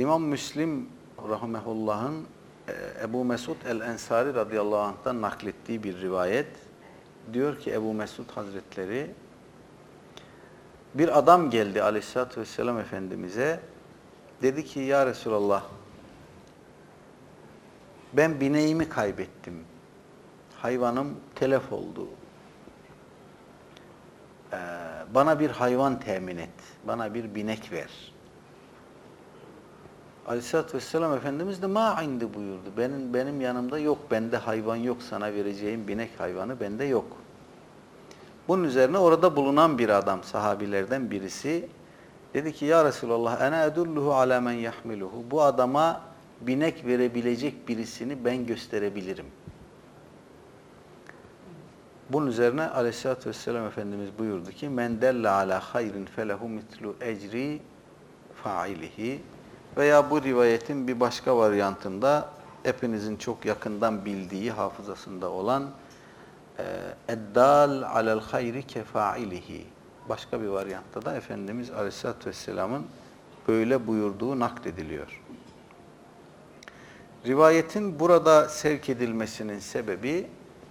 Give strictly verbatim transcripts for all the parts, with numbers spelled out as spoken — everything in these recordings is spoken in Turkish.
İmam Müslim rahimehullah'ın Ebu Mesud el-Ensari radıyallahu anh'tan naklettiği bir rivayet. Diyor ki Ebu Mesud Hazretleri, bir adam geldi aleyhissalatü vesselam Efendimiz'e. Dedi ki ya Resulallah, ben bineğimi kaybettim. Hayvanım telef oldu. Ee, bana bir hayvan temin et. Bana bir binek ver. Aleyhisselatü Vesselam Efendimiz de ma indi buyurdu. Benim, benim yanımda yok. Bende hayvan yok. Sana vereceğim binek hayvanı bende yok. Bunun üzerine orada bulunan bir adam, sahabilerden birisi dedi ki ya Resulallah ene edulluhu ala men yahmiluhu. Bu adama binek verebilecek birisini ben gösterebilirim. Bunun üzerine Aleyhisselatü Vesselam Efendimiz buyurdu ki men delle ala hayrin felehu mitlu ecri failihi. Veya bu rivayetin bir başka varyantında hepinizin çok yakından bildiği, hafızasında olan eddal alel hayri kefailihi. Başka bir varyantta da Efendimiz Aleyhisselatü Vesselam'ın böyle buyurduğu naklediliyor. Rivayetin burada sevk edilmesinin sebebi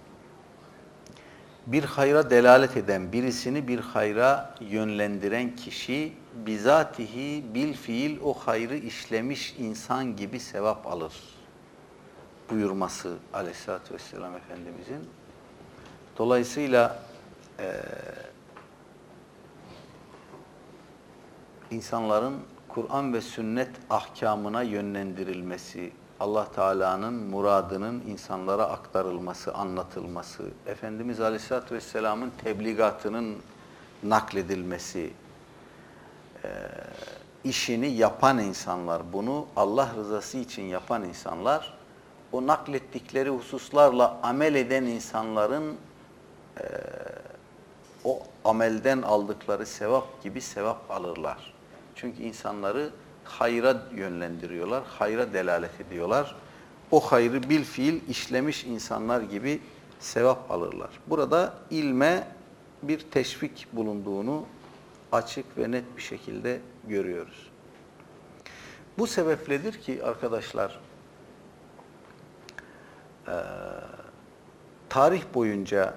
bir hayra delalet eden, birisini bir hayra yönlendiren kişi bizatihi bil fiil o hayrı işlemiş insan gibi sevap alır buyurması Aleyhisselatü Vesselam Efendimizin. Dolayısıyla e, insanların Kur'an ve sünnet ahkamına yönlendirilmesi, Allah Teala'nın muradının insanlara aktarılması, anlatılması, Efendimiz Aleyhisselatü Vesselam'ın tebligatının nakledilmesi, e, işini yapan insanlar, bunu Allah rızası için yapan insanlar, o naklettikleri hususlarla amel eden insanların e, o amelden aldıkları sevap gibi sevap alırlar. Çünkü insanları hayra yönlendiriyorlar, hayra delalet ediyorlar. O hayrı bil fiil işlemiş insanlar gibi sevap alırlar. Burada ilme bir teşvik bulunduğunu açık ve net bir şekilde görüyoruz. Bu sebepledir ki arkadaşlar, e, tarih boyunca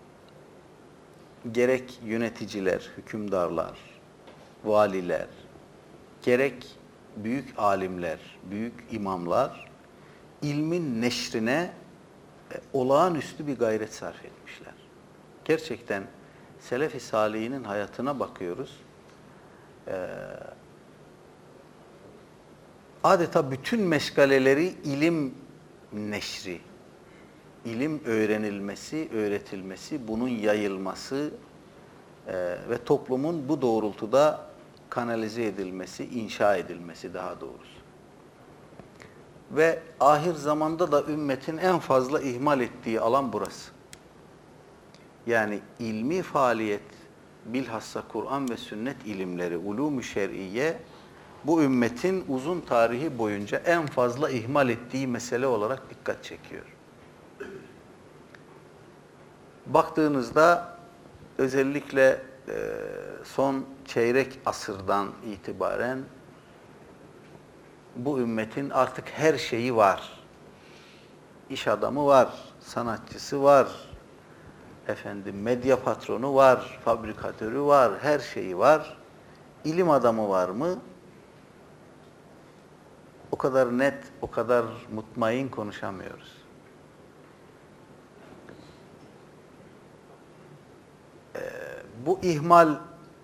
gerek yöneticiler, hükümdarlar, valiler, gerek büyük alimler, büyük imamlar ilmin neşrine e, olağanüstü bir gayret sarf etmişler. Gerçekten Selef-i Salihinin hayatına bakıyoruz. Ee, adeta bütün meşgaleleri ilim neşri, ilim öğrenilmesi, öğretilmesi, bunun yayılması e, ve toplumun bu doğrultuda kanalize edilmesi, inşa edilmesi daha doğrusu. Ve ahir zamanda da ümmetin en fazla ihmal ettiği alan burası. Yani ilmi faaliyet, bilhassa Kur'an ve sünnet ilimleri, ulûm-u şer'iyye, bu ümmetin uzun tarihi boyunca en fazla ihmal ettiği mesele olarak dikkat çekiyor. Baktığınızda özellikle e, son çeyrek asırdan itibaren bu ümmetin artık her şeyi var. İş adamı var, sanatçısı var, efendim medya patronu var, fabrikatörü var, her şeyi var. İlim adamı var mı? O kadar net, o kadar mutmain konuşamıyoruz. Ee, bu ihmal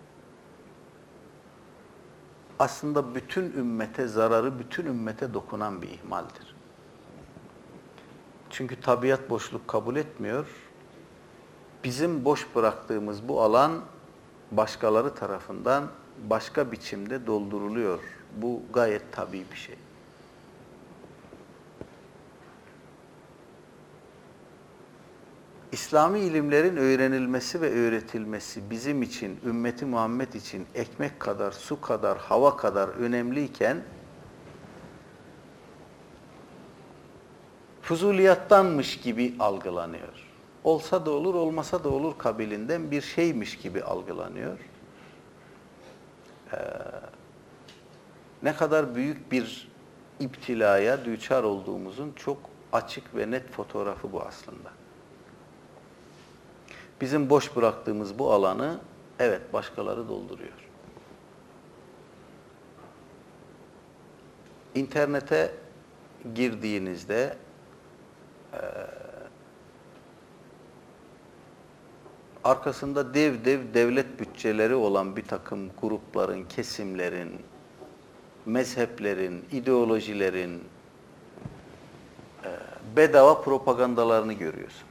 aslında bütün ümmete zararı, bütün ümmete dokunan bir ihmaldir. Çünkü tabiat boşluk kabul etmiyor. Bizim boş bıraktığımız bu alan başkaları tarafından başka biçimde dolduruluyor. Bu gayet tabii bir şey. İslami ilimlerin öğrenilmesi ve öğretilmesi bizim için, ümmeti Muhammed için ekmek kadar, su kadar, hava kadar önemliyken fuzuliyattanmış gibi algılanıyor. Olsa da olur, olmasa da olur kabilinden bir şeymiş gibi algılanıyor. Ee, ne kadar büyük bir iptilaya düçar olduğumuzun çok açık ve net fotoğrafı bu aslında. Bizim boş bıraktığımız bu alanı, evet, başkaları dolduruyor. İnternete girdiğinizde e, arkasında dev dev devlet bütçeleri olan bir takım grupların, kesimlerin, mezheplerin, ideolojilerin e, bedava propagandalarını görüyorsunuz.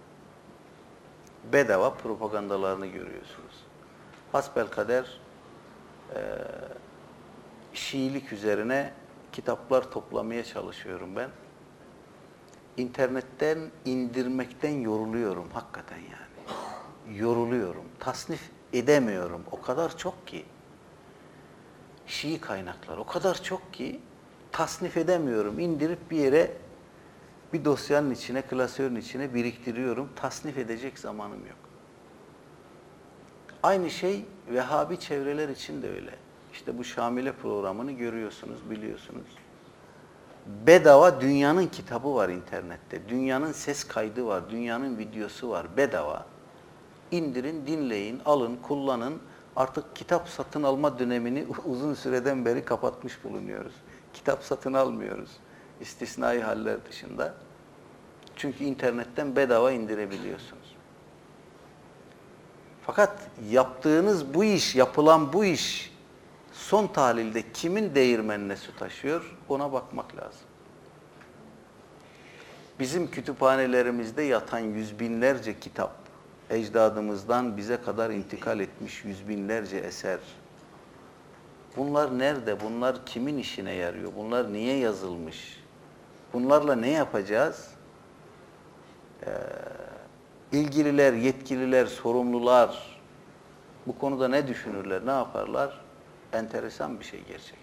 Bedava propagandalarını görüyorsunuz. Hasbelkader e, Şiilik üzerine kitaplar toplamaya çalışıyorum ben. İnternetten indirmekten yoruluyorum hakikaten yani. Yoruluyorum. Tasnif edemiyorum. O kadar çok ki. Şii kaynaklar o kadar çok ki tasnif edemiyorum. İndirip bir yere, bir dosyanın içine, klasörün içine biriktiriyorum. Tasnif edecek zamanım yok. Aynı şey Vehhabi çevreler için de öyle. İşte bu Şamile programını görüyorsunuz, biliyorsunuz. Bedava dünyanın kitabı var internette. Dünyanın ses kaydı var, dünyanın videosu var. Bedava. İndirin, dinleyin, alın, kullanın. Artık kitap satın alma dönemini uzun süreden beri kapatmış bulunuyoruz. Kitap satın almıyoruz. İstisnai haller dışında. Çünkü internetten bedava indirebiliyorsunuz. Fakat yaptığınız bu iş, yapılan bu iş son tahlilde kimin değirmenine su taşıyor, ona bakmak lazım. Bizim kütüphanelerimizde yatan yüz binlerce kitap, ecdadımızdan bize kadar intikal etmiş yüz binlerce eser. Bunlar nerede? Bunlar kimin işine yarıyor? Bunlar niye yazılmış? Bunlarla ne yapacağız? Ee, ilgililer, yetkililer, sorumlular bu konuda ne düşünürler, ne yaparlar? Enteresan bir şey gerçekten.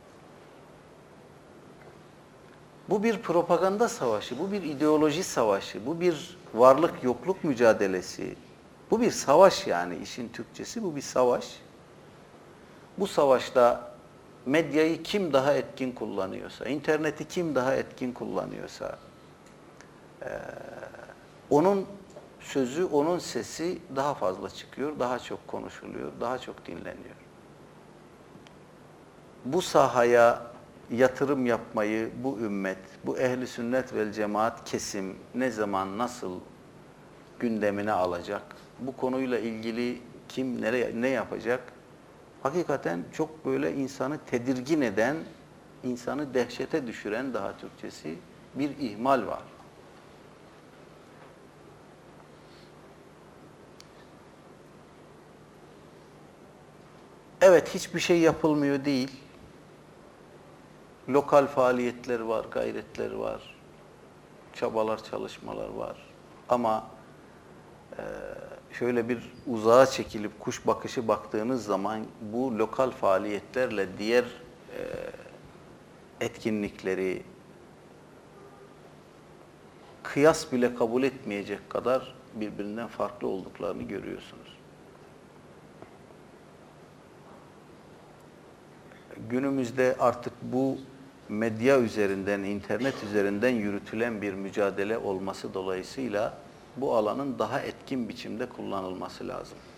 Bu bir propaganda savaşı, bu bir ideoloji savaşı, bu bir varlık yokluk mücadelesi. Bu bir savaş yani, işin Türkçesi bu bir savaş. Bu savaşta medyayı kim daha etkin kullanıyorsa, interneti kim daha etkin kullanıyorsa, e, onun sözü, onun sesi daha fazla çıkıyor, daha çok konuşuluyor, daha çok dinleniyor. Bu sahaya yatırım yapmayı bu ümmet, bu ehli sünnet vel cemaat kesim ne zaman, nasıl gündemine alacak? Bu konuyla ilgili kim nereye, ne yapacak? Hakikaten çok böyle insanı tedirgin eden, insanı dehşete düşüren, daha Türkçesi, bir ihmal var. Evet, hiçbir şey yapılmıyor değil. Lokal faaliyetler var, gayretler var, çabalar, çalışmalar var. Ama e, şöyle bir uzağa çekilip kuş bakışı baktığınız zaman bu lokal faaliyetlerle diğer e, etkinlikleri kıyas bile kabul etmeyecek kadar birbirinden farklı olduklarını görüyorsunuz. Günümüzde artık bu medya üzerinden, internet üzerinden yürütülen bir mücadele olması dolayısıyla bu alanın daha etkin biçimde kullanılması lazım.